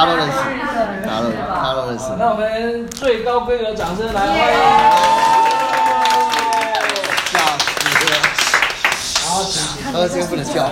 家都认识，大家都认识。 那我们最高规格的掌声来欢迎！ 笑死了！ 好，请这个不能笑。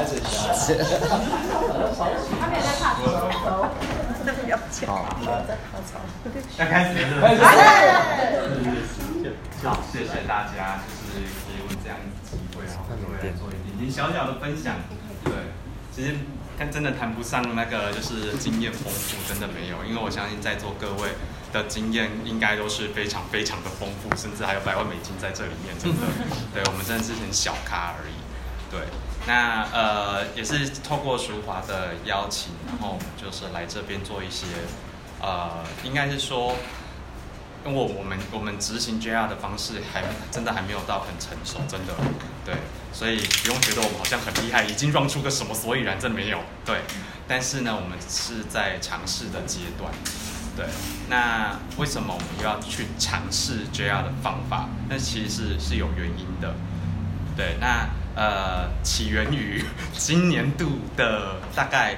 他没有在怕手，这不要钱。 好， 要开始了， 开始。好，谢谢大家，就是给我这样的机会，然后各位来做一点点小小的分享。对，其实真的谈不上那个就是经验丰富，真的没有，因为我相信在座各位的经验应该都是非常非常的丰富，甚至还有100万美金在这里面，真的。对，我们真的是很小咖而已。对，那也是透过淑华的邀请，然后我们就是来这边做一些应该是说。因为我们执行 JR 的方式真的还没有到很成熟，真的，对，所以不用觉得我们好像很厉害，已经run出个什么所以然，真没有，对。但是呢，我们是在尝试的阶段，对。那为什么我们又要去尝试 JR 的方法？那其实是有原因的，对。那起源于今年度的大概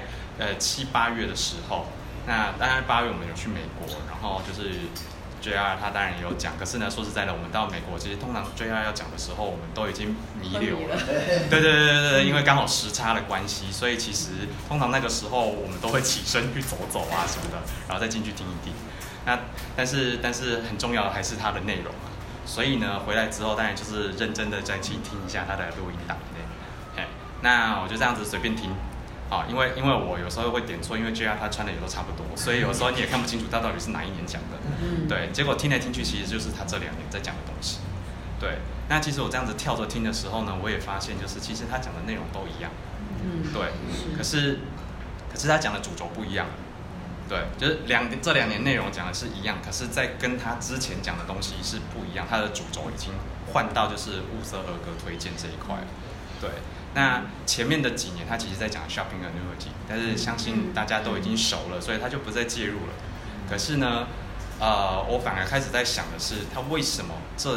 7、8月的时候，那当然8月我们有去美国，然后就是。JR 他当然也有讲，可是呢，说实在的，我们到美国，其实通常 JR 要讲的时候，我们都已经弥留了。对，因为刚好时差的关系，所以其实通常那个时候我们都会起身去走走啊什么的，然后再进去听一听。那但是很重要的还是它的内容啊，所以呢，回来之后当然就是认真的再去听一下它的录音档内。那我就这样子随便听。因为我有时候会点错，因为 JR 他穿的也都差不多，所以有时候你也看不清楚他到底是哪一年讲的。对，结果听来听去，其实就是他这2年在讲的东西。对，那其实我这样子跳着听的时候呢，我也发现就是其实他讲的内容都一样。对，可是他讲的主轴不一样。对，就是这2年内容讲的是一样，可是在跟他之前讲的东西是不一样，他的主轴已经换到就是物色合格推荐这一块了。对。那前面的几年，他其实在讲 shopping annuity， 但是相信大家都已经熟了，所以他就不再介入了。可是呢，我反而开始在想的是，他为什么这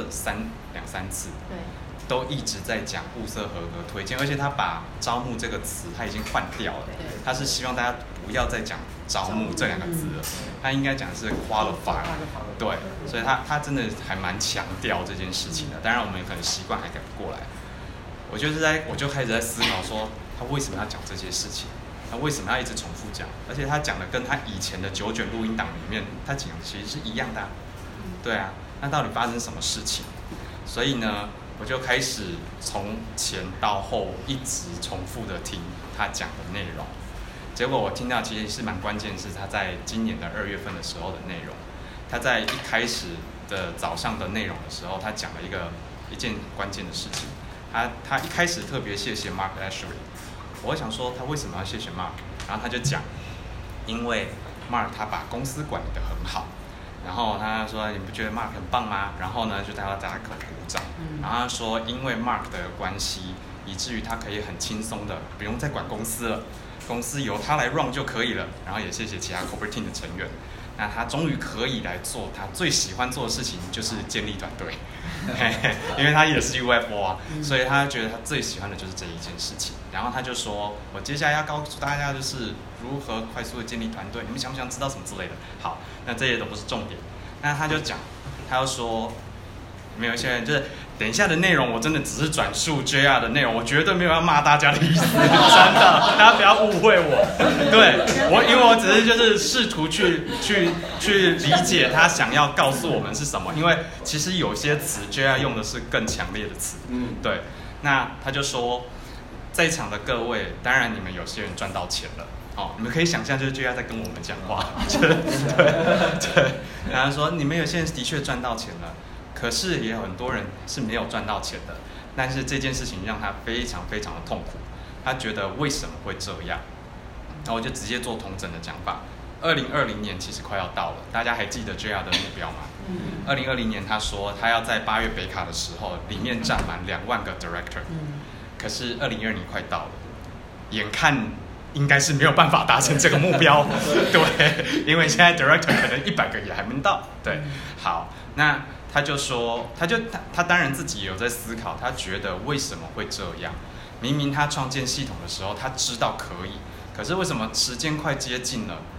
2、3次都一直在讲物色合格推荐，而且他把招募这个词他已经换掉了，他是希望大家不要再讲招募这2个字了，他应该讲的是 qualify。对，所以他真的还蛮强调这件事情的。当然，我们可能习惯还改不过来。我就开始在思考说，他为什么要讲这些事情？他为什么要一直重复讲？而且他讲的跟他以前的9卷录音档里面他讲的其实是一样的。对啊，那到底发生什么事情？所以呢，我就开始从前到后一直重复的听他讲的内容。结果我听到其实是蛮关键，是他在今年的2月份的时候的内容。他在一开始的早上的内容的时候，他讲了一件关键的事情。他一开始特别谢谢 Mark Ashery， 我想说他为什么要谢谢 Mark， 然后他就讲，因为 Mark 他把公司管理得很好，然后他说你不觉得 Mark 很棒吗？然后呢就大家鼓掌，然后他说因为 Mark 的关系，以至于他可以很轻松的不用再管公司了，公司由他来 run 就可以了，然后也谢谢其他 corporate team 的成员。那他终于可以来做他最喜欢做的事情，就是建立团队，因为他也是 UFO 啊，所以他觉得他最喜欢的就是这一件事情。然后他就说：“我接下来要告诉大家就是如何快速的建立团队，你们想不想知道什么之类的？”好，那这些都不是重点。那他就讲，他要说，没有一些人就是等一下的内容，我真的只是转述 JR 的内容，我绝对没有要骂大家的意思，真的，大家不要误会我。对因为我只是就是试图去理解他想要告诉我们是什么，因为其实有些词 JR 用的是更强烈的词。对，那他就说，在场的各位，当然你们有些人赚到钱了。你们可以想象，就是 JR 在跟我们讲话，对。然后说你们有些人的确赚到钱了。可是也有很多人是没有赚到钱的，但是这件事情让他非常非常的痛苦。他觉得为什么会这样？然后我就直接做统整的讲法。2020年其实快要到了，大家还记得 JR 的目标吗？2020年他说他要在8月北卡的时候，里面站满2万个 director。可是2022年快到了，眼看应该是没有办法达成这个目标。对，因为现在 director 可能100个也还没到。对，好，那。他就说，他当然自己也有在思考，他觉得为什么会这样？明明他创建系统的时候，他知道可以，可是为什么时间快接近了，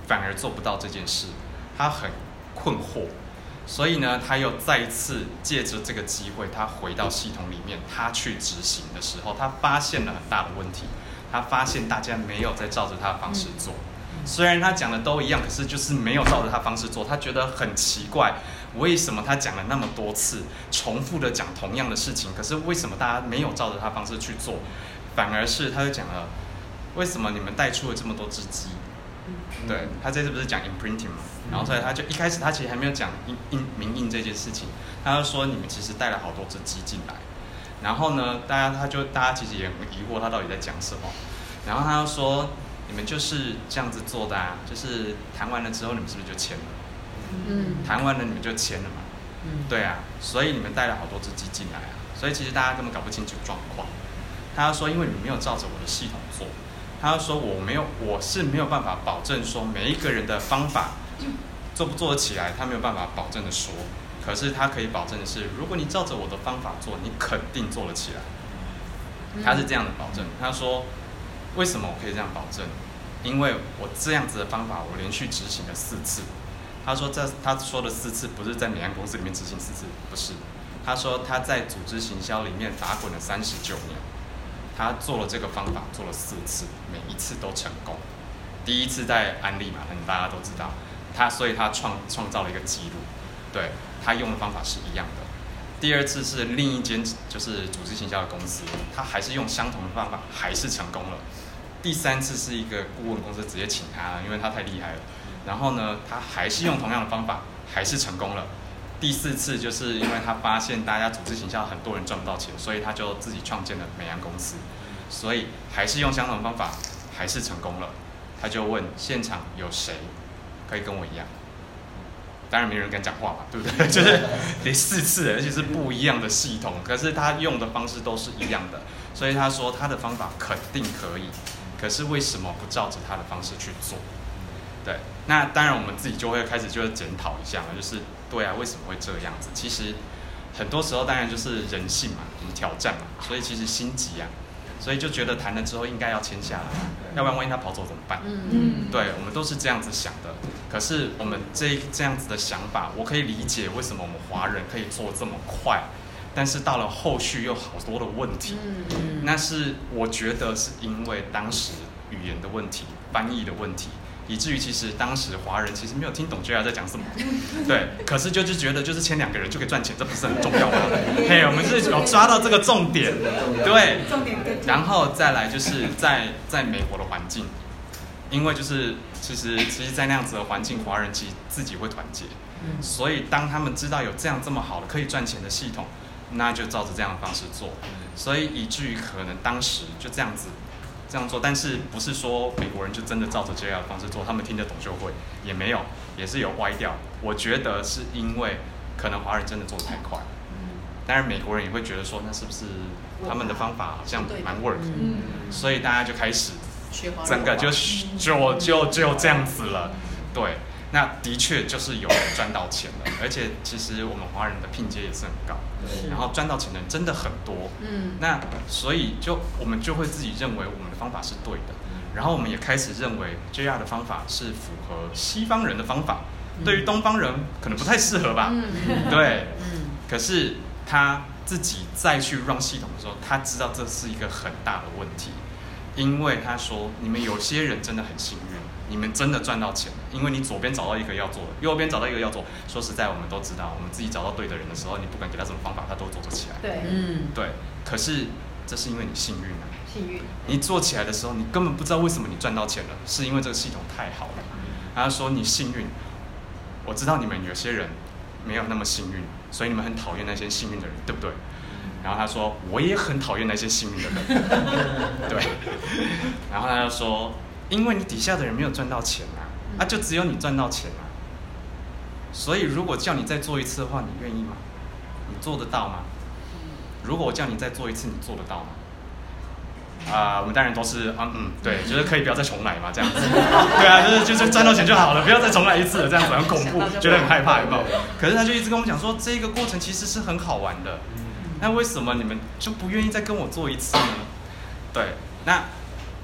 反而做不到这件事，他很困惑。所以呢，他又再一次借着这个机会，他回到系统里面，他去执行的时候，他发现了很大的问题。他发现大家没有在照着他的方式做，虽然他讲的都一样，可是就是没有照着他的方式做。他觉得很奇怪，为什么他讲了那么多次，重复的讲同样的事情，可是为什么大家没有照着他的方式去做？反而是他就讲了，为什么你们带出了这么多只鸡？对，他这次不是讲 imprinting 嘛，然后所以他就一开始他其实还没有讲明印这件事情，他就说你们其实带了好多只鸡进来，然后呢，大家其实也很疑惑他到底在讲什么，然后他就说你们就是这样子做的啊，就是谈完了之后你们是不是就签了？谈完了你们就签了嘛，对啊，所以你们带了好多只鸡进来啊，所以其实大家根本搞不清楚状况。他就说因为你们没有照着我的系统做。他说我是没有办法保证说每一个人的方法做不做得起来，他没有办法保证的说。可是他可以保证的是，如果你照着我的方法做，你肯定做得起来。他是这样的保证。他说，为什么我可以这样保证？因为我这样子的方法，我连续执行了4次。他说他说的4次不是在美安公司里面执行4次，不是。他说他在组织行销里面打滚了39年。他做了这个方法，做了4次，每一次都成功。第一次在安利嘛，大家都知道，所以他创造了一个记录，对，他用的方法是一样的。第2次是另一间就是组织行销的公司，他还是用相同的方法，还是成功了。第3次是一个顾问公司直接请他了，因为他太厉害了。然后呢，他还是用同样的方法，还是成功了。第4次就是因为他发现大家组织行销很多人赚不到钱，所以他就自己创建了美安公司，所以还是用相同的方法，还是成功了。他就问现场有谁可以跟我一样？当然没人敢讲话嘛，对不对？就是第4次，而且是不一样的系统，可是他用的方式都是一样的，所以他说他的方法肯定可以，可是为什么不照着他的方式去做？对，那当然我们自己就会开始就会检讨一下嘛，就是对啊，为什么会这样子？其实很多时候当然就是人性嘛，我们挑战嘛，所以其实心急啊，所以就觉得谈了之后应该要签下来，要不然万一他跑走怎么办？对，我们都是这样子想的。可是我们这样子的想法，我可以理解为什么我们华人可以做这么快，但是到了后续又好多的问题。那是我觉得是因为当时语言的问题、翻译的问题。以至于其实当时华人其实没有听懂 JR 在讲什么，对，可是就是觉得就是签2个人就可以赚钱，这不是很重要吗？嘿，我们是有抓到这个重点，对，然后再来就是在美国的环境，因为就是其实在那样子的环境，华人其实自己会团结，所以当他们知道有这样这么好的可以赚钱的系统，那就照着这样的方式做，所以以至于可能当时就这样做，但是不是说美国人就真的照着这样的方式做，他们听得懂就会，也没有，也是有歪掉。我觉得是因为可能华人真的做得太快，当然美国人也会觉得说，那是不是他们的方法好像蛮 work，所以大家就开始整个就这样子了，对。那的确就是有人赚到钱了，而且其实我们华人的聘阶也是很高，然后赚到钱的人真的很多。那所以我们就会自己认为我们的方法是对的，然后我们也开始认为 JR 的方法是符合西方人的方法，对于东方人可能不太适合吧。对，可是他自己再去 run 系统的时候，他知道这是一个很大的问题，因为他说你们有些人真的很幸运。你们真的赚到钱了，因为你左边找到一个要做的，右边找到一个要做。说实在，我们都知道，我们自己找到对的人的时候，你不管给他什么方法，他都做得起来。 对， 对。可是这是因为你幸运啊。幸运。你做起来的时候，你根本不知道为什么你赚到钱了，是因为这个系统太好了。他说你幸运，我知道你们有些人没有那么幸运，所以你们很讨厌那些幸运的人，对不对？然后他说我也很讨厌那些幸运的人。对。然后他就说。因为你底下的人没有赚到钱啊，就只有你赚到钱啊。所以如果叫你再做一次的话，你愿意吗？你做得到吗？如果我叫你再做一次，你做得到吗？我们当然都是对，就是可以不要再重来嘛，这样子。对啊，就是赚到钱就好了，不要再重来一次了，这样子很恐怖，觉得很害怕，有没有？可是他就一直跟我们讲说，这个过程其实是很好玩的。那为什么你们就不愿意再跟我做一次呢？对，那。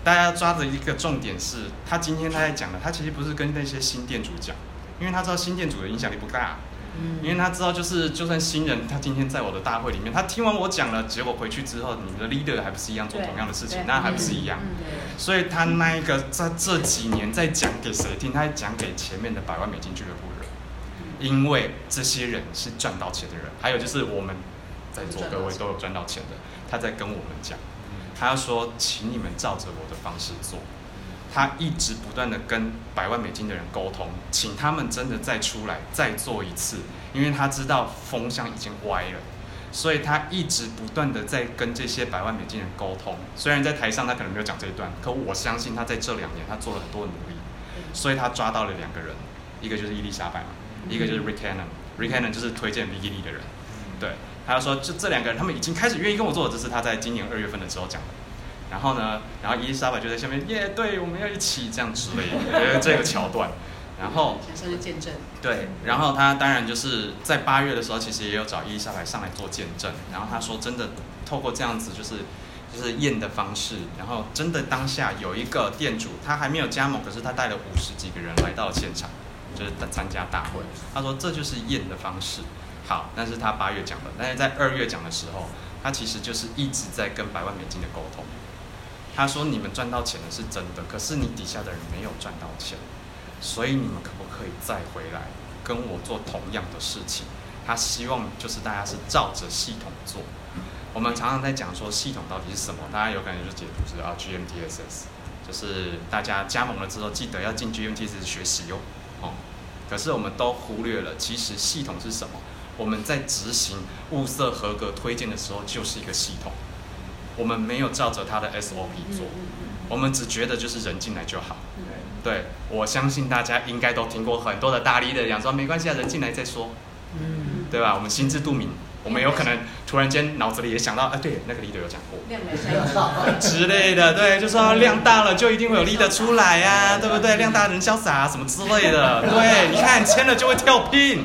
大家抓的一个重点是，他今天他在讲的，他其实不是跟那些新店主讲，因为他知道新店主的影响力不大。因为他知道，就算新人，他今天在我的大会里面，他听完我讲了，结果回去之后，你们的 leader 还不是一样做同样的事情，那还不是一样。所以他那一个在这几年在讲给谁听？他在讲给前面的100万美金俱乐部的人，因为这些人是赚到钱的人，还有就是我们在座各位都有赚到钱的，他在跟我们讲，他要说，请你们照着我的方式做。他一直不断的跟100万美金的人沟通，请他们真的再出来再做一次，因为他知道风向已经歪了，所以他一直不断的在跟这些100万美金人沟通。虽然在台上他可能没有讲这一段，可我相信他在这2年他做了很多的努力，所以他抓到了2个人，一个就是伊丽莎白嘛，一个就是 Rick Cannon。Rick Cannon 就是推荐 Vicky Lee 的人，对，他就说就这2个人，他们已经开始愿意跟我做，这是他在今年2月份的时候讲的。然后伊丽莎白就在下面，耶，对，我们要一起这样之类的，这个桥段。然后， 这是见证。 对，然后他当然就是在8月的时候，其实也有找伊丽莎白上来做见证。然后他说，真的透过这样子就是验的方式，然后真的当下有一个店主，他还没有加盟，可是他带了50几个人来到了现场，就是参加大会。他说这就是验的方式。好，那是他8月讲的，但是在2月讲的时候，他其实就是一直在跟100万美金的沟通。他说：“你们赚到钱的是真的，可是你底下的人没有赚到钱，所以你们可不可以再回来跟我做同样的事情？”他希望就是大家是照着系统做。我们常常在讲说系统到底是什么，大家有可能就解读是GMTSS， 就是大家加盟了之后记得要进 GMTSS 学习哦。可是我们都忽略了，其实系统是什么？我们在执行物色合格推荐的时候就是一个系统。我们没有照着他的 SOP 做，我们只觉得就是人进来就好。对，我相信大家应该都听过很多的大leader讲说没关系啊，人进来再说，对吧？我们心知肚明，我们有可能突然间脑子里也想到，对，那个 leader 有讲过之类的，对，就说量大了就一定会有 leader 出来啊，对不对？量大人潇洒什么之类的，对，你看签了就会跳聘，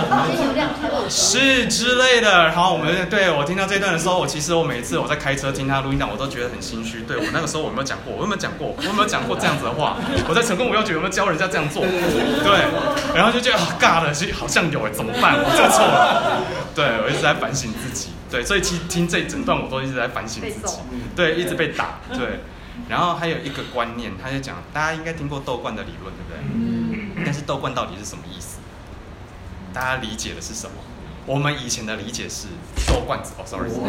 是之类的。好，我听到这段的时候，我每一次我在开车听他录音档，我都觉得很心虚。对，我那个时候我有没有讲过？我有没有讲过这样子的话？我在成功我要诀有没有教人家这样做？对，然后就觉得尬了，其实好像有怎么办？我做错了。对，我一直在反省自己。对，所以其实听这一整段我都一直在反省自己。对，一直被打。对，然后还有一个观念，他就讲，大家应该听过豆罐的理论，对不对？但是豆罐到底是什么意思？大家理解的是什么？我们以前的理解是豆罐子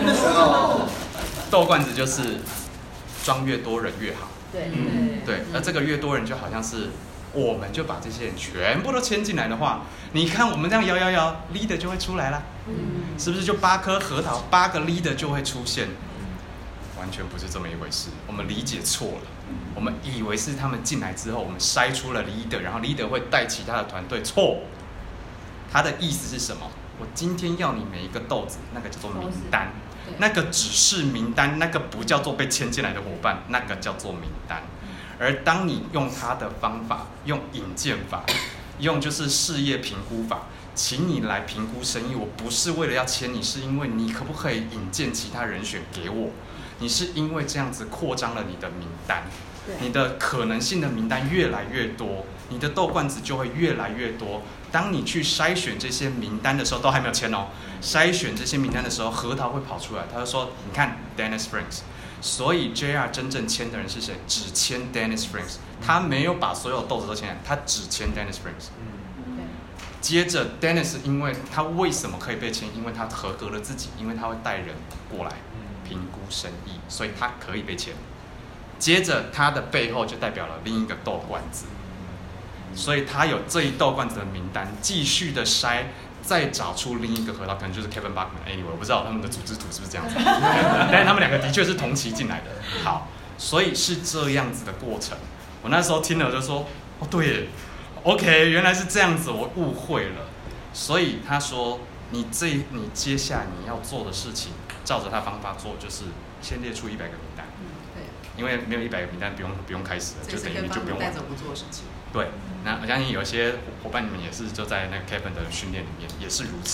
豆罐子就是装越多人越好。对，而这个越多人就好像是我们就把这些人全部都牵进来的话，你看我们这样摇 leader 就会出来啦，是不是就8颗核桃8个 leader 就会出现？完全不是这么一回事，我们理解错了。我们以为是他们进来之后，我们筛出了 leader， 然后 leader 会带其他的团队，错。他的意思是什么？我今天要你每一个豆子，那个叫做名单，那个只是名单，那个不叫做被牵进来的伙伴，那个叫做名单。而当你用他的方法，用引荐法，用就是事业评估法，请你来评估生意，我不是为了要签你，是因为你可不可以引荐其他人选给我？你是因为这样子扩张了你的名单，你的可能性的名单越来越多，你的豆罐子就会越来越多。当你去筛选这些名单的时候，都还没有签哦。筛选这些名单的时候，核桃会跑出来，他就说：“你看 Dennis Franks。”所以 JR 真正签的人是谁？只签 Dennis Franks， 他没有把所有豆子都签来，他只签 Dennis Franks。接着 Dennis 因为他为什么可以被签？因为他合格了自己，因为他会带人过来评估生意，所以他可以被签。接着他的背后就代表了另一个豆罐子，所以他有这一豆罐子的名单，继续的筛，再找出另一个核桃，可能就是 Kevin Bachman。Anyway， 我不知道他们的组织图是不是这样子，但是他们2个的确是同期进来的。好，所以是这样子的过程。我那时候听了就说，哦，对耶 ，OK， 原来是这样子，我误会了。所以他说，你接下来你要做的事情，照着他方法做，就是先列出100个名单。因为没有100个名单，不用开始了，就等于你就不用玩。 不做事情。 对，那我相信有些伙伴你们也是就在那个 Kevin 的训练里面也是如此。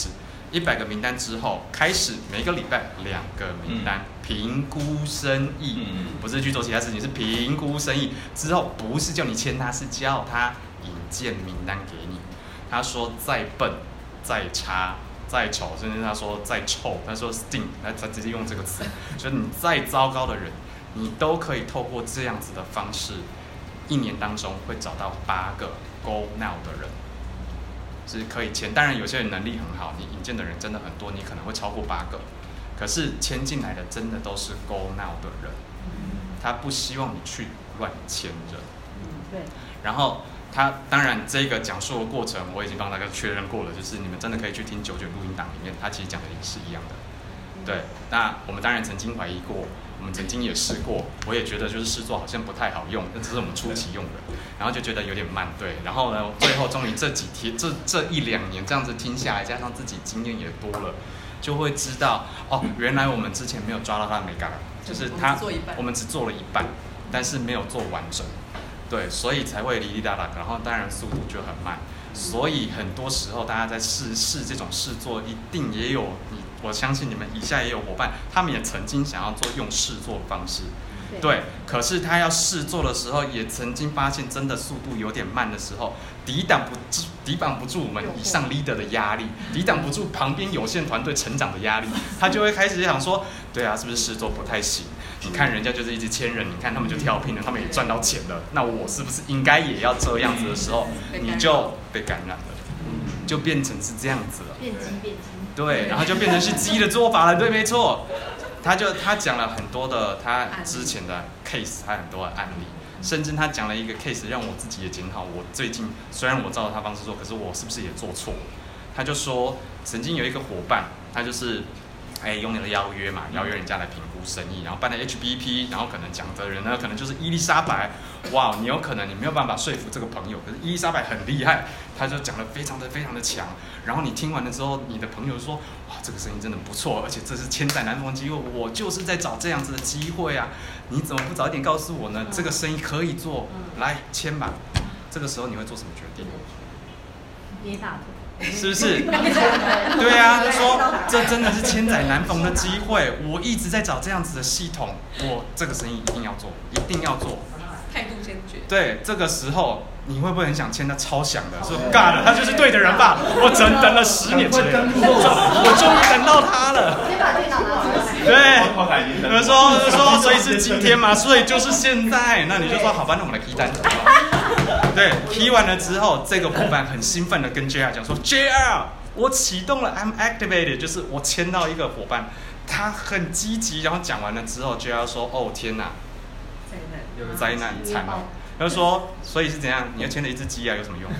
100个名单之后，开始每个礼拜2个名单，评估生意，不是去做其他事情，是评估生意。之后不是叫你签他，是叫他引荐名单给你。他说再笨、再差、再丑，甚至他说再臭，他说 stink， 他直接用这个词，就是你再糟糕的人，你都可以透过这样子的方式，1年当中会找到8个 go now 的人。是可以签，当然有些人能力很好，你引荐的人真的很多，你可能会超过8个，可是签进来的真的都是 go now 的人，他不希望你去乱签人。 对。 然后他当然这个讲述的过程我已经帮大家确认过了，就是你们真的可以去听99录音档里面，他其实讲的也是一样的。对，那我们当然曾经怀疑过，我们曾经也试过，我也觉得就是试做好像不太好用，那只是我们初期用的，然后就觉得有点慢，对，然后呢，最后终于这几天这1-2年这样子听下来，加上自己经验也多了，就会知道哦，原来我们之前没有抓到他的美感，就是我们只做了一半，但是没有做完整，对，所以才会哩哩啦啦，然后当然速度就很慢，所以很多时候大家在试这种试做，一定也有我相信你们以下也有伙伴，他们也曾经想要做用试做的方式，对，可是他要试做的时候，也曾经发现真的速度有点慢的时候，抵挡不住我们以上 leader 的压力，抵挡不住旁边有限团队成长的压力，他就会开始想说，对啊，是不是试做不太行？你看人家就是一直签人，你看他们就跳聘了，他们也赚到钱了，那我是不是应该也要这样子的时候，你就被感染了，就变成是这样子了，变鸡。对，然后就变成是鸡的做法了，对，没错。他讲了很多的他之前的 case， 还有很多的案例，甚至他讲了一个 case 让我自己也检讨。我最近虽然我照着他方式做，可是我是不是也做错？他就说，曾经有一个伙伴，他就是用你的邀约嘛，邀约人家来评估生意，然后办了 HBP， 然后可能讲的人呢，可能就是伊丽莎白，哇，你有可能你没有办法说服这个朋友，可是伊丽莎白很厉害，他就讲得非常的强，然后你听完了之后，你的朋友说，哇，这个生意真的不错，而且这是千载难逢机会，我就是在找这样子的机会啊，你怎么不早一点告诉我呢？这个生意可以做，来签吧。这个时候你会做什么决定？ 捏大腿。 是不是？对啊，他说这真的是千载难逢的机会，我一直在找这样子的系统，我这个生意一定要做，一定要做， 态度坚决。 对，这个时候你会不会很想签他超响的？说尬的，他就是对的人吧？我等了10年，我终于等到他了。 先把电脑拿出来。 对，他说，所以是今天嘛，所以就是现在。那你就说好吧，那我们来批单。对，批完了之后，这个伙伴很兴奋的跟 JR 讲说 ，JR， 我启动了 ，I'm activated， 就是我签到一个伙伴，他很积极。然后讲完了之后 ，JR 说，哦天哪，灾难惨了。他就说，所以是怎样？你又签了一只鸡啊，有什么用？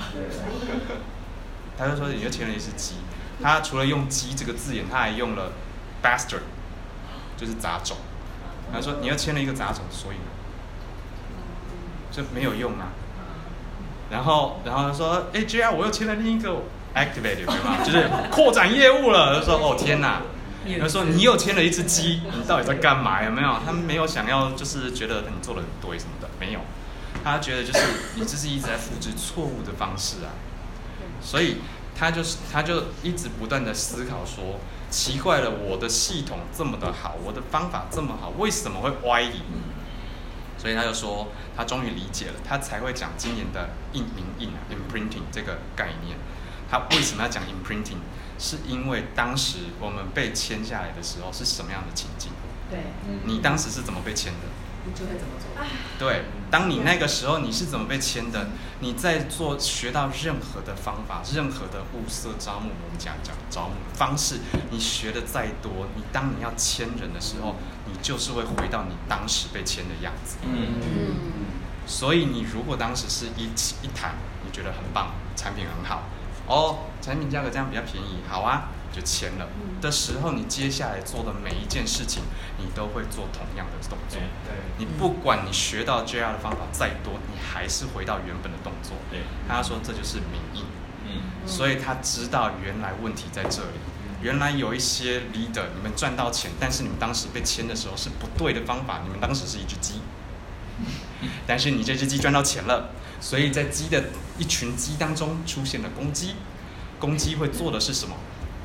他就说，你又签了一只鸡。他除了用鸡这个字眼，他还用了 bastard， 就是杂种。他说，你又签了一个杂种，所以呢，就没有用啊。然后他说，JR 我又签了另一个 activated， 对吗？就是扩展业务了。他说，哦天哪！他说你又签了一只鸡，你到底在干嘛？有没有？他们没有想要，就是觉得你做得很对什么的，没有。他觉得就是你这是一直在复制错误的方式啊，所以他就一直不断的思考说，奇怪了，我的系统这么的好，我的方法这么好，为什么会歪理？所以他就说，他终于理解了，他才会讲今年的imprinting 这个概念。他为什么要讲 imprinting？ 是因为当时我们被签下来的时候是什么样的情境？ 对， 你当时是怎么被签的？ 你就会怎么做？ 对，当你那个时候你是怎么被签的？你在学到任何的方法，任何的物色招募，我们讲招募的方式，你学的再多，当你要签人的时候，你就是会回到你当时被签的样子。所以你如果当时是一谈，你觉得很棒，产品很好，产品价格这样比较便宜，好啊，就签了的时候，你接下来做的每一件事情，你都会做同样的动作。你不管你学到 JR 的方法再多，你还是回到原本的动作。他说这就是民意。所以他知道原来问题在这里。原来有一些 leader， 你们赚到钱，但是你们当时被签的时候是不对的方法，你们当时是一只鸡。但是你这只鸡赚到钱了，所以在一群鸡当中出现了公鸡。公鸡会做的是什么？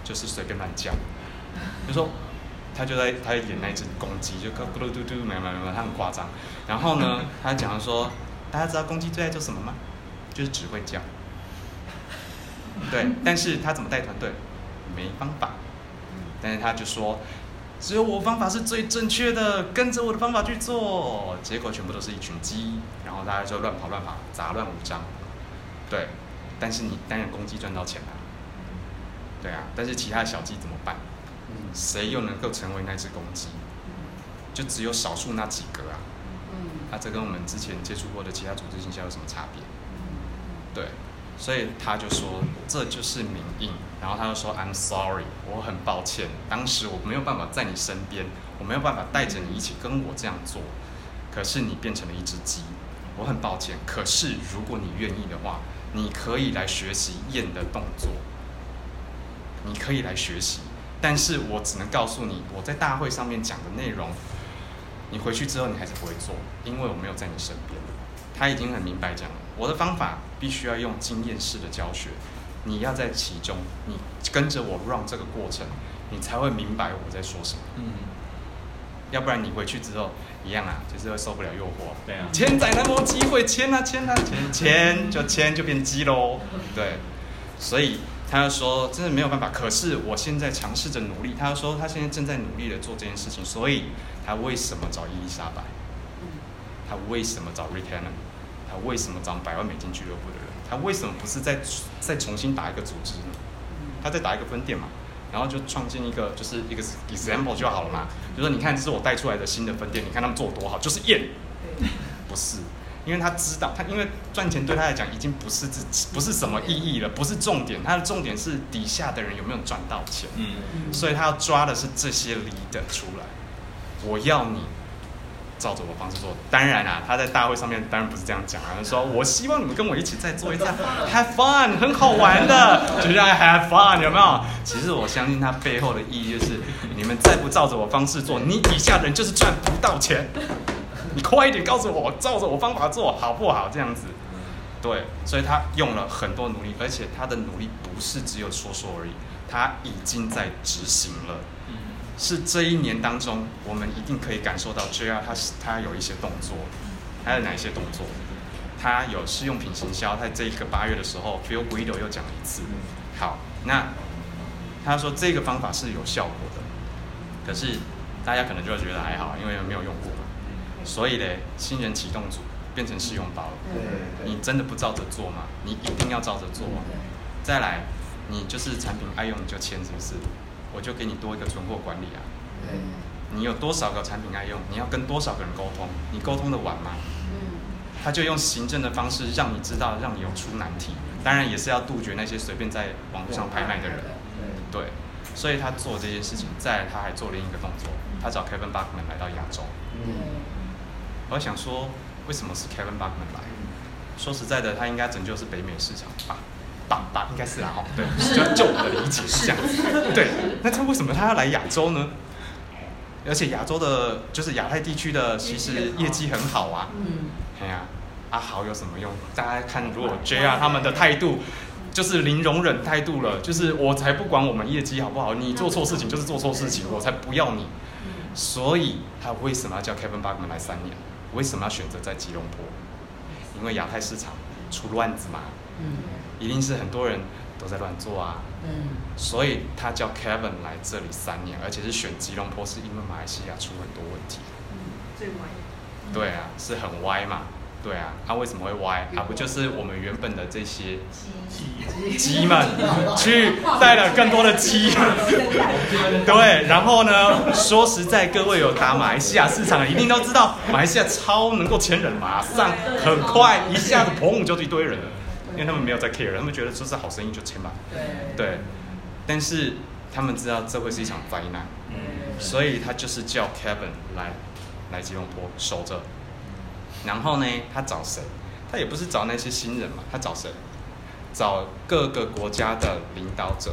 就是随便乱叫，就说他在演那只公鸡，就咕噜嘟嘟，没，他很夸张。然后呢，他讲说，大家知道公鸡最爱做什么吗？就是只会叫。对，但是他怎么带团队？没方法。但是他就说，只有我方法是最正确的，跟着我的方法去做。结果全部都是一群鸡，然后大家就乱跑，杂乱无章。对，但是你当然公鸡赚到钱了。对啊，但是其他的小鸡怎么办？谁又能够成为那只公鸡？就只有少数那几个啊。这跟我们之前接触过的其他组织行销有什么差别？对，所以他就说这就是民意，然后他就说 I'm sorry， 我很抱歉，当时我没有办法在你身边，我没有办法带着你一起跟我这样做，可是你变成了一只鸡，我很抱歉。可是如果你愿意的话，你可以来学习燕的动作，你可以来学习，但是我只能告诉你，我在大会上面讲的内容，你回去之后你还是不会做，因为我没有在你身边。他已经很明白讲了，我的方法必须要用经验式的教学，你要在其中，你跟着我 run 这个过程，你才会明白我在说什么。要不然你回去之后一样啊，就是会受不了诱惑。对啊，千载难逢机会，签就变鸡喽。对，所以他就说真的没有办法，可是我现在尝试着努力。他就说他现在正在努力的做这件事情，所以他为什么找伊丽莎白？他为什么找 Retainer？ 他为什么找$100万俱乐部的人？他为什么不是再重新打一个组织呢？他再打一个分店嘛，然后就创建一个就是一个 example 就好了嘛。就说你看，这是我带出来的新的分店，你看他们做多好，就是燕，不是，因为他知道，因为赚钱对他来讲已经不是什么意义了，不是重点，他的重点是底下的人有没有赚到钱。所以他要抓的是这些 leader 出来，我要你照着我方式做。当然啊，他在大会上面当然不是这样讲啊，他说我希望你们跟我一起再做一次 ，have fun， 很好玩的，就是 have fun， 有没有？其实我相信他背后的意义就是，你们再不照着我方式做，你底下的人就是赚不到钱。你快一点告诉我，照着我方法做好不好？这样子，对，所以他用了很多努力，而且他的努力不是只有说说而已，他已经在执行了。是这一年当中，我们一定可以感受到 JR 他有一些动作，他有哪一些动作？他有试用品行销，在这个8月的时候 ，Phil Guido 又讲了一次。好，那他说这个方法是有效果的，可是大家可能就会觉得还好，因为没有用过嘛。所以呢，新人启动组变成试用包了。你真的不照着做吗？你一定要照着做。再来，你就是产品爱用你就签，是不是？我就给你多一个存货管理啊。你有多少个产品爱用，你要跟多少个人沟通，你沟通得完吗？他就用行政的方式让你知道，让你有出难题。当然也是要杜绝那些随便在网络上拍卖的人。对，所以他做这件事情。再来他还做另一个动作，他找 Kevin Bachman 来到亚洲。我想说，为什么是 Kevin Bachman 来？说实在的，他应该拯救是北美市场吧。应该是啦，对，就我的理解是这样子。对，那他为什么他要来亚洲呢？而且亚洲的，就是亚太地区的，其实业绩很好啊。哎呀，好有什么用？大家看，如果 JR 他们的态度就是零容忍态度了，就是我才不管我们业绩好不好，你做错事情就是做错事情，我才不要你。所以他为什么要叫 Kevin Bachman 来3年？为什么要选择在吉隆坡？因为亚太市场出乱子嘛。一定是很多人都在乱做啊。所以他叫 Kevin 来这里3年，而且是选吉隆坡，是因为马来西亚出很多问题。 最歪。 对啊，是很歪嘛。对啊，为什么会歪？不就是我们原本的这些鸡们去带了更多的鸡？对，然后呢？说实在，各位有打马来西亚市场的，一定都知道，马来西亚超能够签人，马上很快一下子砰就一堆人了。因为他们没有在 care， 他们觉得这是好生意就签吧。对，但是他们知道这会是一场灾难，所以他就是叫 Kevin 来吉隆坡守着。然后呢，他找谁？他也不是找那些新人嘛，他找谁？找各个国家的领导者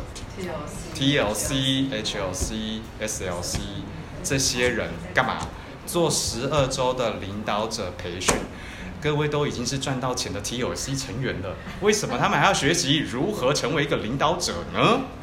，TLC、HLC、SLC 这些人干嘛？做12周的领导者培训。各位都已经是赚到钱的 TLC 成员了，为什么他们还要学习如何成为一个领导者呢？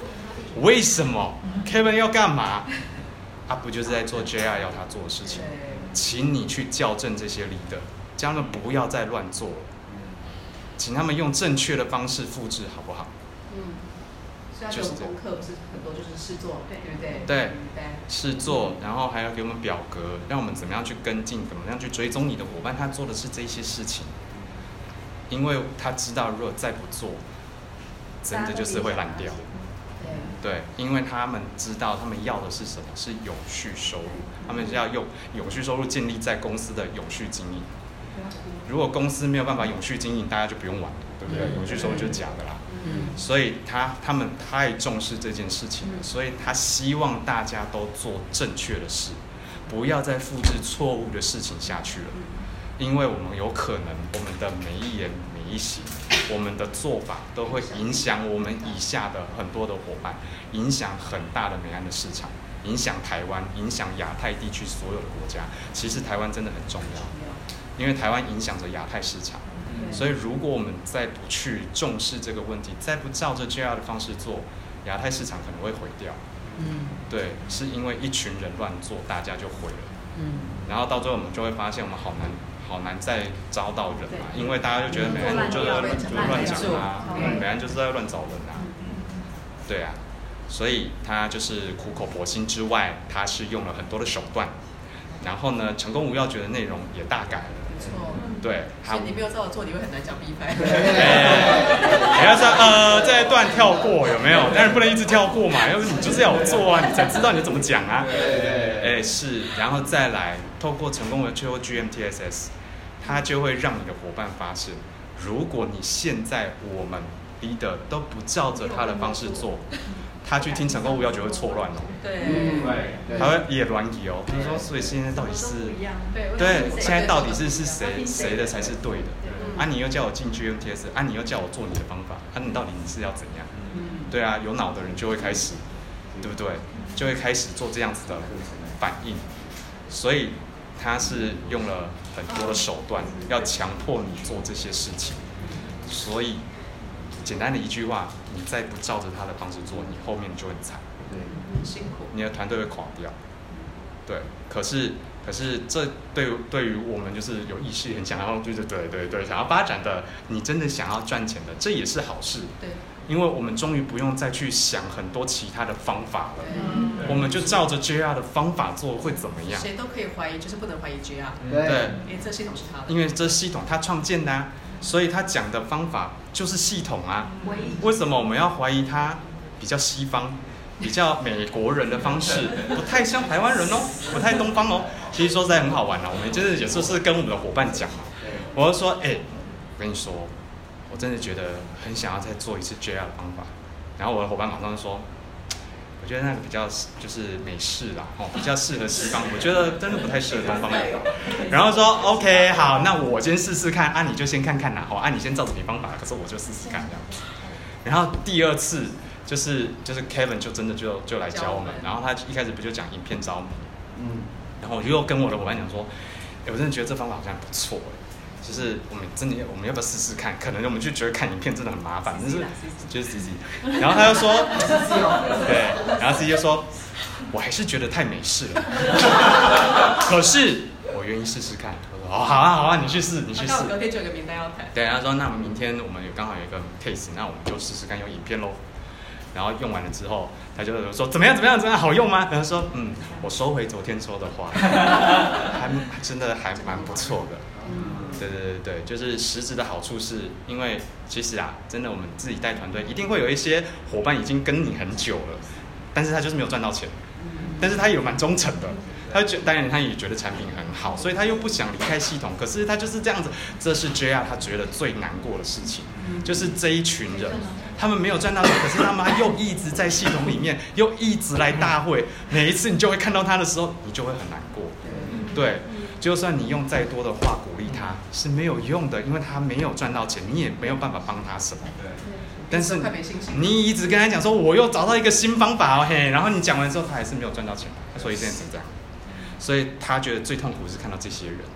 为什么 Kevin 要干嘛？不就是在做 JR 要他做的事情？请你去校正这些leader，叫他们不要再乱做了，请他们用正确的方式复制，好不好？ 所以他给我们功课不是很多，就是试做，对不对？ 对，试做，然后还要给我们表格，让我们怎么样去跟进，怎么样去追踪你的伙伴，他做的是这些事情，因为他知道，如果再不做，真的就是会烂掉。对，因为他们知道他们要的是什么，是永续收入，他们要用永续收入建立在公司的永续经营。如果公司没有办法永续经营，大家就不用玩了，对不对？永续收入就是假的啦。所以他们太重视这件事情了，所以他希望大家都做正确的事，不要再复制错误的事情下去了。因为我们有可能我们的每一言每一行，我们的做法都会影响我们以下的很多的伙伴，影响很大的美安的市场，影响台湾，影响亚太地区所有的国家。其实台湾真的很重要，因为台湾影响着亚太市场。所以如果我们再不去重视这个问题，再不照着 JR 的方式做，亚太市场可能会毁掉。对，是因为一群人乱做，大家就毁了。然后到最后我们就会发现，我们好难再招到人嘛，因为大家就觉得美安就是乱讲啊，美安就是在乱找人啊。对啊，所以他就是苦口婆心之外，他是用了很多的手段，然后呢，成功无要诀的内容也大改了。对， 所以你没有照着做，你会很难讲 B 派。 你要说这一段跳过有没有？当然不能一直跳过嘛，要不你就是要有做啊，你才知道你怎么讲啊。是，然后再来透过成功的最后 GMTSS， 它就会让你的伙伴发现，如果你现在我们 leader 都不照着他的方式做，他去听成功无要诀会错乱哦。对，他会也乱移哦。就是说，所以现在到底是对，现在到底是谁的才是对的？你又叫我进 GMTS， 你又叫我做你的方法，你到底你是要怎样？对啊，有脑的人就会开始，对不对？就会开始做这样子的反应，所以他是用了很多的手段，要强迫你做这些事情。所以简单的一句话，你再不照着他的方式做，你后面就很惨， 很辛苦， 你的团队会垮掉。对，可是这对于我们就是有意识很想要就是对想要发展的，你真的想要赚钱的，这也是好事。对，因为我们终于不用再去想很多其他的方法了，我们就照着 JR 的方法做会怎么样？ 谁都可以怀疑，就是不能怀疑 JR。 对， 因为这系统是他的， 因为这系统他创建的所以他讲的方法就是系统啊。为什么我们要怀疑他比较西方？比较美国人的方式，不太像台湾人哦，不太东方哦。其实说实在很好玩我们就是有时候是跟我们的伙伴讲我就说，我跟你说，我真的觉得很想要再做一次 JR 的方法。然后我的伙伴马上就说，我觉得那个比较就是美式啦，比较适合西方，我觉得真的不太适合东方人。然后说 OK 好，那我先试试看你就先看看你先照着你方法，可是我就试试看这样。然后第二次。就是 Kevin 就真的就来教我们，然后他一开始不就讲影片招募，然后我就跟我的伙伴讲说，我真的觉得这方法好像不错就是我们要不要试试看？可能我们就觉得看影片真的很麻烦，就是 CC， 然后他就说，对，然后 CC 就说，我还是觉得太美式了，可是我愿意试试看。我说好啊，你去试。 那我隔天就有个名单要谈。 对，他说那明天我们刚好有一个 case， 那我们就试试看用影片咯。然后用完了之后，他就说怎么样，好用吗？然后说我收回昨天说的话，真的还蛮不错的。对，就是实质的好处是，因为其实真的我们自己带团队，一定会有一些伙伴已经跟你很久了，但是他就是没有赚到钱，但是他也蛮忠诚的。当然他也觉得产品很好，所以他又不想离开系统，可是他就是这样子。这是 JR 他觉得最难过的事情，就是这一群人，他们没有赚到钱，可是他们又一直在系统里面，又一直来大会，每一次你就会看到他的时候，你就会很难过。对，就算你用再多的话鼓励他是没有用的，因为他没有赚到钱，你也没有办法帮他什么。但是你一直跟他讲说我又找到一个新方法然后你讲完之后他还是没有赚到钱，所以现在是这样。所以他觉得最痛苦的是看到这些人，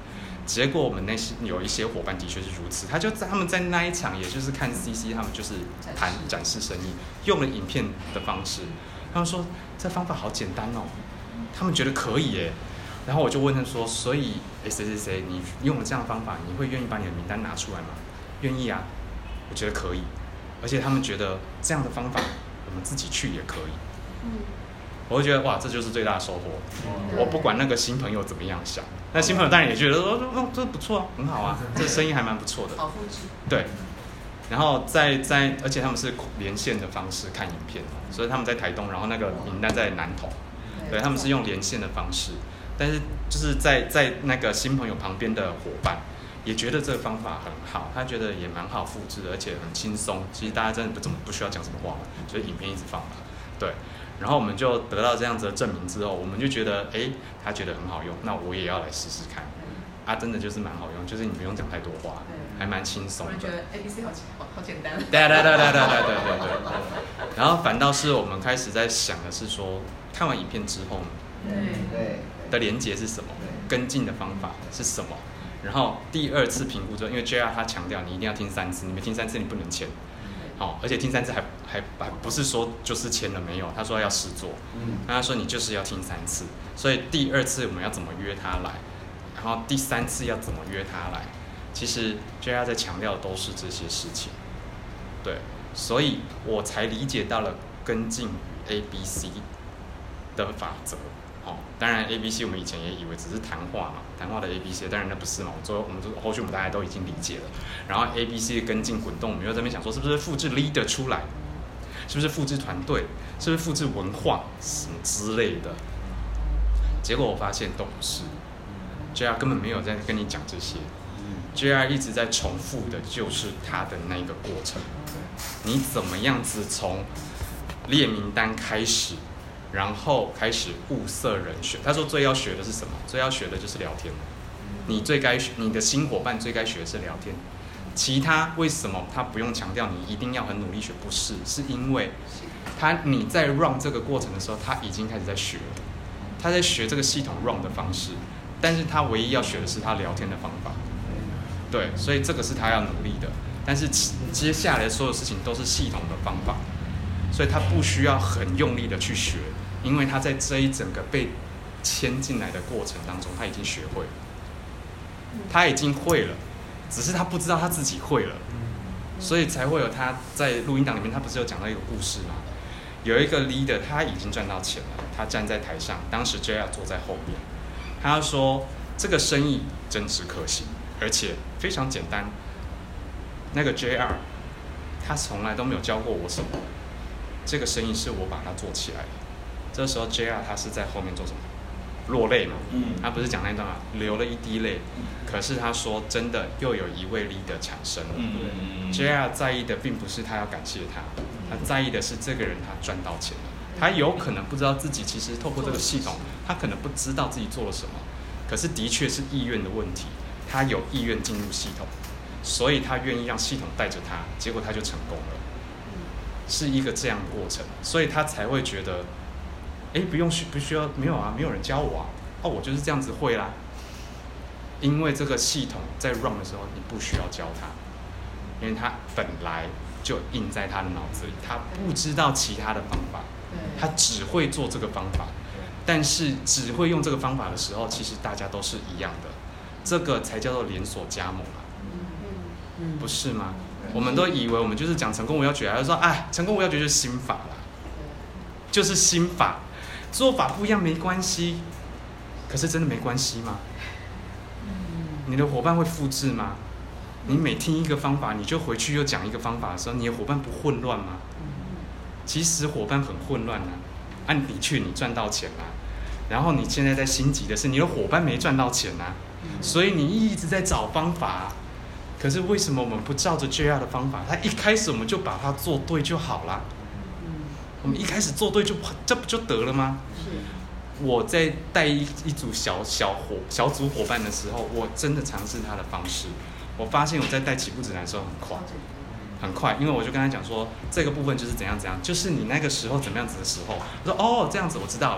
结果我们有一些伙伴的确是如此，他们在那一场，也就是看 CC， 他们就是展示生意，用了影片的方式，他们说这方法好简单哦，他们觉得可以耶。然后我就问他说，所以谁，你用了这样的方法，你会愿意把你的名单拿出来吗？愿意啊，我觉得可以，而且他们觉得这样的方法我们自己去也可以。我会觉得哇，这就是最大的收获。我不管那个新朋友怎么样想，那新朋友当然也觉得说，这不错啊，很好啊，这生意还蛮不错的。 好复制。 对，然后而且他们是连线的方式看影片，所以他们在台东，然后那个名单在南投，对，他们是用连线的方式，但是就是在那个新朋友旁边的伙伴也觉得这个方法很好，他觉得也蛮好复制的，而且很轻松。其实大家真的不需要讲什么话嘛，所以影片一直放嘛，对。然后我们就得到这样子的证明之后，我们就觉得，他觉得很好用，那我也要来试试看。真的就是蛮好用，就是你不用讲太多话，还蛮轻松的。我觉得 ABC 好简单。 对。然后反倒是我们开始在想的是说，看完影片之后，的连结是什么，跟进的方法是什么。然后第2次评估之后，因为 JR 他强调你一定要听3次，你没听3次你不能签。好，而且听3次还不是说就是签了没有，他说要试做，他说你就是要听3次，所以第2次我们要怎么约他来，然后第3次要怎么约他来，其实 JR 在强调的都是这些事情，对，所以我才理解到了跟进与 ABC 的法则。当然 ABC 我们以前也以为只是谈话嘛，谈话的 ABC， 当然那不是嘛，后续我们大家都已经理解了。然后 ABC 的跟进滚动，我们又在那边想说，是不是复制 leader 出来，是不是复制团队，是不是复制文化什么之类的？结果我发现都不是 ，JR 根本没有在跟你讲这些，JR 一直在重复的就是他的那个过程，你怎么样子从列名单开始。然后开始物色人选。他说最要学的是什么？最要学的就是聊天。你的新伙伴最该学的是聊天。其他为什么他不用强调你一定要很努力学？不是，是因为你在 run 这个过程的时候，他已经开始在学了。他在学这个系统 run 的方式，但是他唯一要学的是他聊天的方法。对，所以这个是他要努力的。但是接下来所有事情都是系统的方法，所以他不需要很用力的去学。因为他在这一整个被牵进来的过程当中，他已经学会了，他已经会了，只是他不知道他自己会了，所以才会有他在录音档里面，他不是有讲到一个故事吗？有一个 leader 他已经赚到钱了，他站在台上，当时 JR 坐在后面，他说这个生意真实可行，而且非常简单。那个 JR 他从来都没有教过我什么，这个生意是我把它做起来的。这时候 JR 他是在后面做什么？落泪嘛，他不是讲那一段嘛，流了一滴泪。可是他说，真的又有一位 leader 产生了。JR 在意的并不是他要感谢他，他在意的是这个人他赚到钱了。他有可能不知道自己其实透过这个系统，他可能不知道自己做了什么，可是的确是意愿的问题。他有意愿进入系统，所以他愿意让系统带着他，结果他就成功了。是一个这样的过程，所以他才会觉得。不需要，没有人教我啊，我就是这样子会啦。因为这个系统在 run 的时候，你不需要教他，因为他本来就印在他的脑子里，他不知道其他的方法，他只会做这个方法。但是只会用这个方法的时候，其实大家都是一样的，这个才叫做连锁加盟啊，不是吗？我们都以为我们就是讲成功无要诀，就说成功无要诀就是心法啦，就是心法。做法不一样没关系，可是真的没关系吗？你的伙伴会复制吗？你每听一个方法，你就回去又讲一个方法的时候，你的伙伴不混乱吗？其实伙伴很混乱啊，的确你赚到钱啦，然后你现在在心急的是你的伙伴没赚到钱啊，所以你一直在找方法。可是为什么我们不照着 JR 的方法？他一开始我们就把它做对就好啦。我们一开始做对这不就得了吗？我在带一组小组伙伴的时候，我真的尝试他的方式，我发现我在带起步指南的时候很快，因为我就跟他讲说，这个部分就是怎样，就是你那个时候怎么样子的时候，我说这样子我知道了。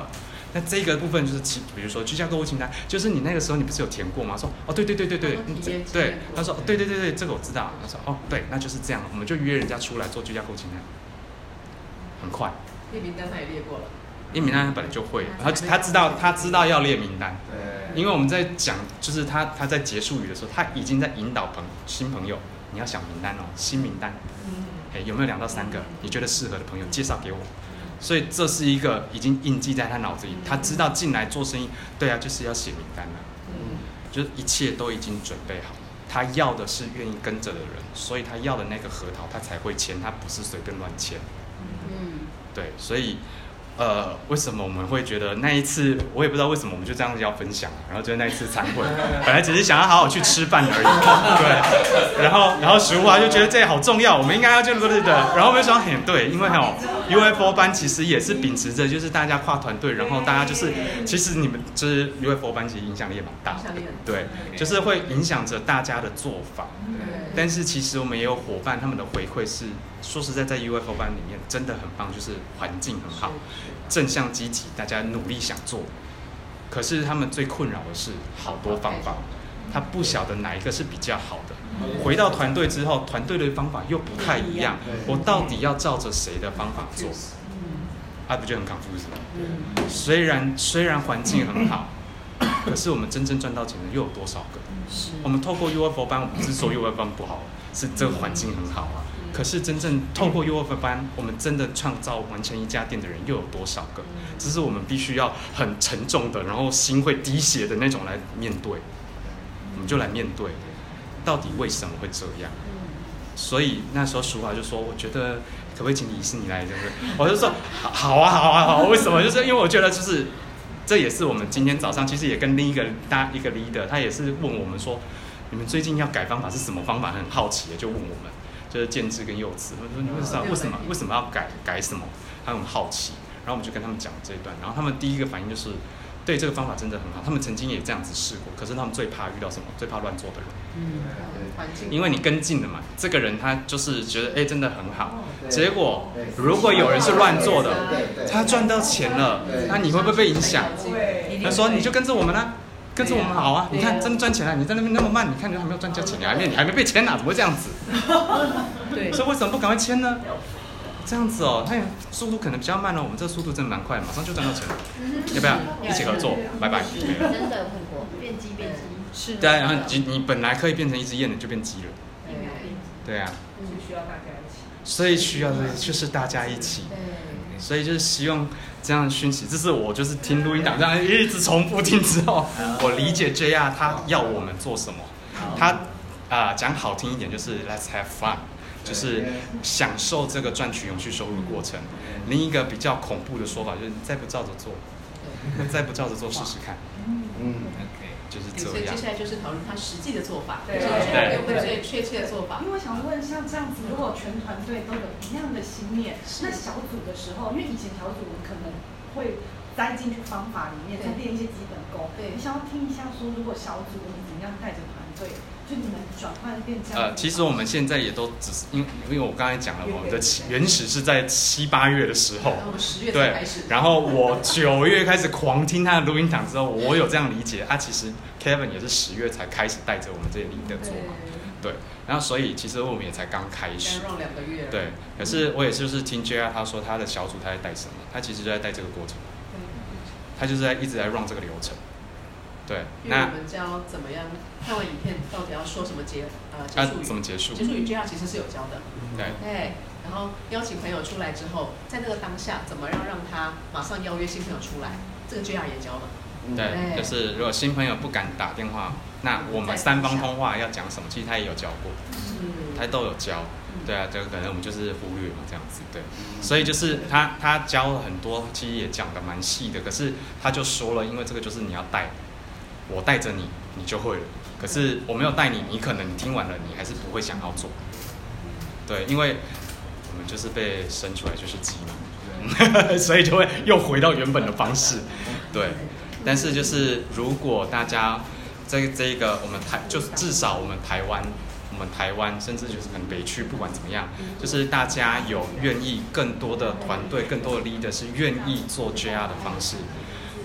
那这个部分就是比如说居家购物清单，就是你那个时候你不是有填过吗？说哦对，对，他说对，这个我知道。他说哦对，那就是这样，我们就约人家出来做居家购物清单，很快。 列名单他也列过了。 列名单他本来就会，他知道要列名单。因为我们在讲，就是他在结束语的时候，他已经在引导新朋友，你要想名单哦，新名单，有没有2到3个你觉得适合的朋友介绍给我？所以这是一个已经印记在他脑子里，他知道进来做生意，对啊，就是要写名单了，就是一切都已经准备好，他要的是愿意跟着的人，所以他要的那个核桃他才会签，他不是随便乱签，对，所以。为什么我们会觉得那一次，我也不知道为什么我们就这样子要分享，然后就那一次餐会，本来只是想要好好去吃饭而已，对，然后淑华就觉得这好重要，我们应该要这样的，然后我们就想很对，因为UFO 班其实也是秉持着就是大家跨团队，然后大家就是其实你们就是 UFO 班其实影响力也蛮大的，对，就是会影响着大家的做法，但是其实我们也有伙伴，他们的回馈是说实在在 UFO 班里面真的很棒，就是环境很好。正向积极，大家努力想做，可是他们最困扰的是好多方法，他不晓得哪一个是比较好的。回到团队之后，团队的方法又不太一样，我到底要照着谁的方法做？不就很 confused 吗？虽然环境很好，可是我们真正赚到钱的又有多少个？我们透过 UFO 班，我不是说 UFO 班不好，是这个环境很好啊。可是真正透过 UFO 班，我们真的创造完成一家店的人又有多少个？这是我们必须要很沉重的，然后心会滴血的那种来面对。我们就来面对，到底为什么会这样？所以那时候淑华就说：“我觉得可不可以请李医师你来？”就是我就说：“好啊。”为什么？就是因为我觉得就是这也是我们今天早上其实也跟另一个 leader， 他也是问我们说：“你们最近要改方法是什么方法？”很好奇的就问我们。就是建制跟幼稚，我说你为什么要改什么？他很好奇，然后我们就跟他们讲这一段，然后他们第一个反应就是，对这个方法真的很好，他们曾经也这样子试过，可是他们最怕遇到什么？最怕乱做的人，因为你跟进了嘛，这个人他就是觉得真的很好，结果如果有人是乱做的，他赚到钱了，那你会不会被影响？他说你就跟着我们啦。跟着我们好啊！你看，真的赚钱了。你在那边那么慢，你看你还没有赚到钱，你还没被签呢，怎么会这样子？对，所以为什么不赶快签呢？这样子哦，它速度可能比较慢哦。我们这个速度真的蛮快，马上就赚到钱了。要不要一起合作？拜拜。 真的很火，变鸡。是。 对啊，然后你本来可以变成一只雁的，就变鸡了。对啊。 所以需要大家一起。 所以需要的就是大家一起。所以就是希望这样讯息，这是我就是听录音档这样一直重复听之后，我理解 JR 他要我们做什么。他讲好听一点就是 Let's have fun， 就是享受这个赚取永续收入的过程。另一个比较恐怖的说法就是你再不照着做，试试看。就是这样。 接下来就是讨论他实际的做法，有没有最确切的做法？ 因为我想问，像这样子，如果全团队都有一样的心念，那小组的时候，因为以前小组我们可能会栽进去方法里面，再练一些基本功。对，你想要听一下说，如果小组我们怎样带着团队，就你们转换变这样。 其实我们现在也都只是因为我刚才讲了，我们的原始是在7、8月的时候， 我们10月才开始。 然后我9月开始狂听他的录音档之后，我有这样理解其实 Kevin 也是10月才开始带着我们这些leader做嘛，对。然后所以其实我们也才刚开始， 刚 run 2个月。 对，可是我也就是听 JR 他说他的小组他在带什么，他其实就在带这个过程，他就是一直在 run 这个流程。对， 那我们教怎么样看完影片到底要说什么结束语？ 怎么结束？ 结束语 JR 其实是有教的。 对。 然后邀请朋友出来之后，在那个当下怎么让他马上邀约新朋友出来，这个 JR 也教了。 对，就是如果新朋友不敢打电话，那我们3方通话要讲什么？其实他也有教过，他都有教。对啊，这个可能我们就是忽略嘛，这样子。对，所以就是他教了很多，其实也讲得蛮细的。可是他就说了，因为这个就是你要带。我带着你，你就会了。可是我没有带你，你可能听完了，你还是不会想要做。对，因为我们就是被生出来就是鸡嘛，所以就会又回到原本的方式。对，但是就是如果大家这一个我们就是至少我们台湾，甚至就是可能北区，不管怎么样，就是大家有愿意更多的团队、更多的 leader 是愿意做 JR 的方式。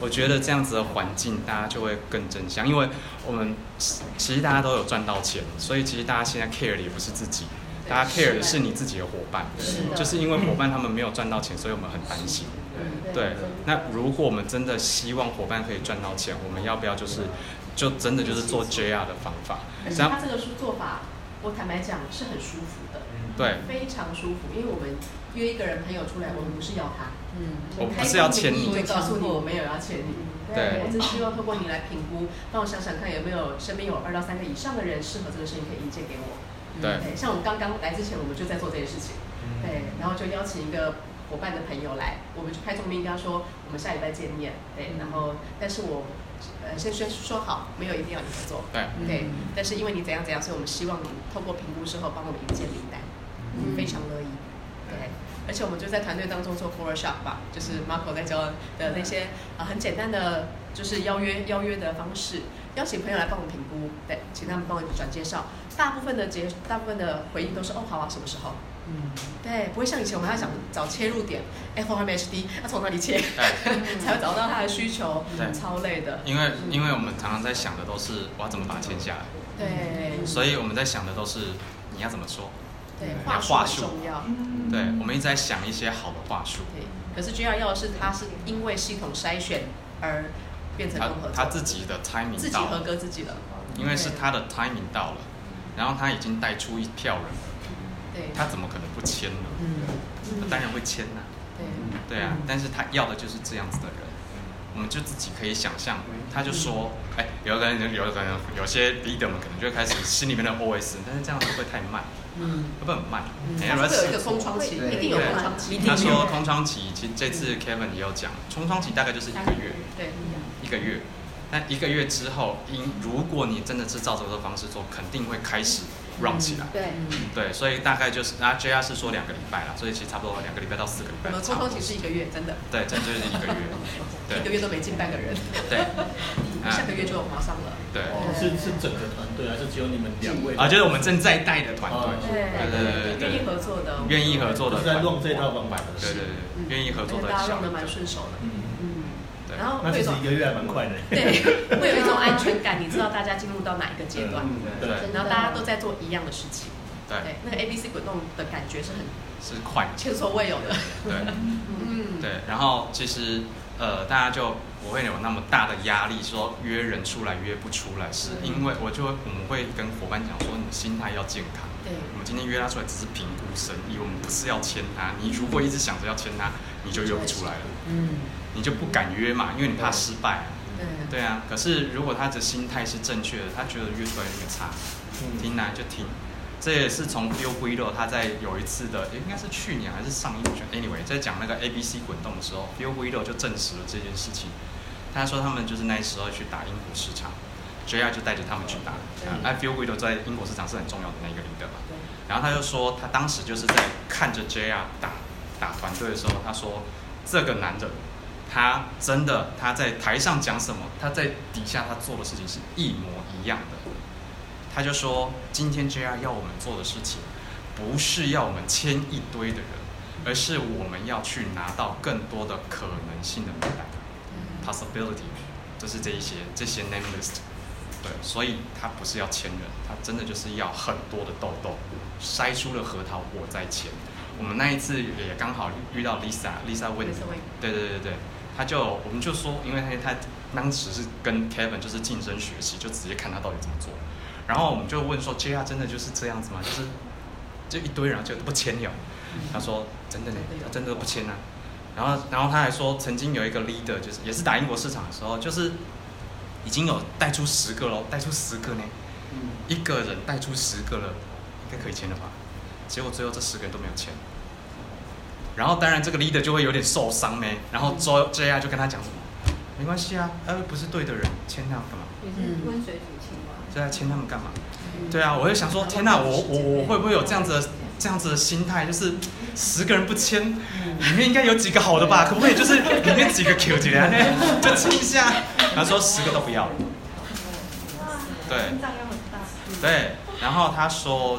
我觉得这样子的环境，大家就会更正向，因为我们其实大家都有赚到钱，所以其实大家现在 care 的也不是自己，大家 care 的是你自己的伙伴，就是因为伙伴他们没有赚到钱，所以我们很担心。对，那如果我们真的希望伙伴可以赚到钱，我们要不要就真的就是做 JR 的方法？ 而且他这个做法，我坦白讲是很舒服的， 对， 非常舒服，因为我们约一个人朋友出来，我们不是要他， 我不是要签你， 就告诉你我没有要签你， 对， 我只希望透过你来评估，帮我想想看有没有身边有2到3个以上的人适合这个事情可以引荐给我。对，像我们刚刚来之前，我们就在做这件事情，对，然后就邀请一个伙伴的朋友来，我们就拍中明跟他说，我们下礼拜见面，对，然后但是我先说好，没有一定要你合作，对，但是因为你怎样怎样，所以我们希望你透过评估之后帮我们引荐名单，非常乐意，对，而且我们就在团队当中做 workshop 吧，就是 Marco 在教的那些很简单的就是邀约的方式，邀请朋友来帮我们评估，对，请他们帮我转介绍，大部分的回应都是好啊，什么时候？对，不会像以前我们还要找切入点，FOMHD 要从哪里切，才会找到他的需求，超累的。因为我们常常在想的都是我要怎么把它签下来， 对， 所以我们在想的都是你要怎么说， 对，话术重要， 对，我们一直在想一些好的话术。 对，可是 JR 要的是他是因为系统筛选而变成合作， 他自己的 timing 自己合格自己了， 因为是他的 timing 到了，然后他已经带出一票人了。他怎么可能不签呢？他当然会签呐。对啊，但是他要的就是这样子的人，我们就自己可以想象。他就说，有可能有些 leader 们可能就会开始心里面的 OS， 但是这样会不会太慢？会不会很慢？ 会有一个空窗期，一定有空窗期。 他说空窗期，其实这次 Kevin 也有讲，空窗期大概就是1个月。 对 ，1个月。那1个月之后，如果你真的是照这个方式做，肯定会开始 run 起来。对，所以大概就是JR 是说2个礼拜啦，所以其实差不多2个礼拜到4个礼拜。 我们空窗期是1个月，真的。 对，真的就是1个月。对 ，1个月都没进半个人。对，下个月就马上了。 对，是整个团队还是只有你们2位？ 就是我们正在带的团队。 对，愿意合作的。 愿意合作的。 在用这套方法的。 对，愿意合作的。 大家用的蛮顺手的。然后那其实1个月还蛮快的。 对，会有一种安全感，你知道大家进入到哪一个阶段，然后大家都在做一样的事情。对，那个 ABC 滚动的感觉是快， 前所未有的。 对，然后其实大家就不会有那么大的压力，说约人出来约不出来，是因为我们会跟伙伴讲说，你的心态要健康。对，我们今天约他出来只是评估生意，我们不是要签他。你如果一直想着要签他，你就约不出来了。你就不敢约嘛，因为你怕失败。对啊。可是如果他的心态是正确的，他觉得约出来那个差，听来就听。这也是从 Bill Guido 他在有一次的，应该是去年还是上一年 ，anyway， 在讲那个 ABC 滚动的时候 ，Bill Guido 就证实了这件事情。他说他们就是那时候去打英国市场 ，JR 就带着他们去打。Bill Guido 在英国市场是很重要的那个leader嘛。然后他就说，他当时就是在看着 JR 打团队的时候，他说这个男人。他真的，他在台上讲什么，他在底下他做的事情是一模一样的。他就说，今天 JR 要我们做的事情，不是要我们签一堆的人，而是我们要去拿到更多的可能性的名单 ，possibility， 就是这些 name list。对，所以他不是要签人，他真的就是要很多的豆豆，筛出了核桃我再签。我们那一次也刚好遇到 Lisa Win， 对。我们就说，因为他当时是跟 Kevin 就是晋升学习，就直接看他到底怎么做。然后我们就问说 ，JR 真的就是这样子吗？就一堆人就不签了。他说真的呢，他真的不签啊。然后他还说，曾经有一个 leader 就是也是打英国市场的时候，就是已经有带出10个咯，带出10个呢，一个人带出10个了，应该可以签了吧？结果最后这10个人都没有签。然后当然这个 leader 就会有点受伤咩，然后 JR 就跟他讲什么，没关系啊，不是对的人，签他们干嘛？ 温水煮青蛙。 对啊，签他们干嘛？对啊，我就想说，天哪，我会不会有这样子的心态，就是10个人不签，里面应该有几个好的吧？可不可以就是里面几个 Q 起来呢？就签一下。他说10个都不要。对。然后他说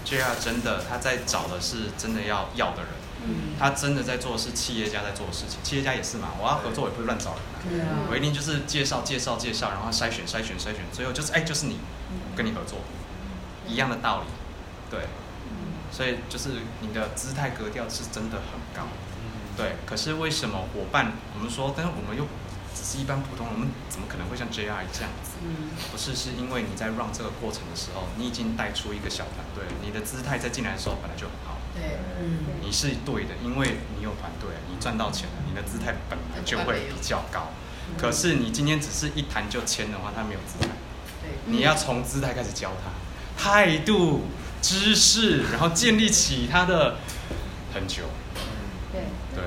JR 真的他在找的是真的要的人，他真的在做的是企业家在做的事情。企业家也是嘛，我要合作我也不会乱找人啊，我一定就是介绍，然后筛选，最后就是就是你，跟你合作，一样的道理，对。所以就是你的姿态格调是真的很高，对。可是为什么伙伴我们说，但是我们又只是一般普通人，我们怎么可能会像 JR 这样子？不是，是因为你在 run 这个过程的时候，你已经带出一个小团队，你的姿态在进来的时候本来就很好。对，你是对的，因为你有团队，你赚到钱了，你的姿态本来就会比较高。可是你今天只是一谈就签的话，他没有姿态。你要从姿态开始教他态度、知识，然后建立起他的很久。对。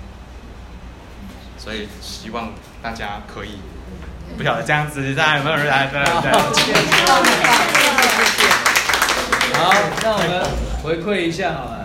所以希望大家可以，不晓得这样子，大家有没有人来？对。 好，那我们回馈一下好了。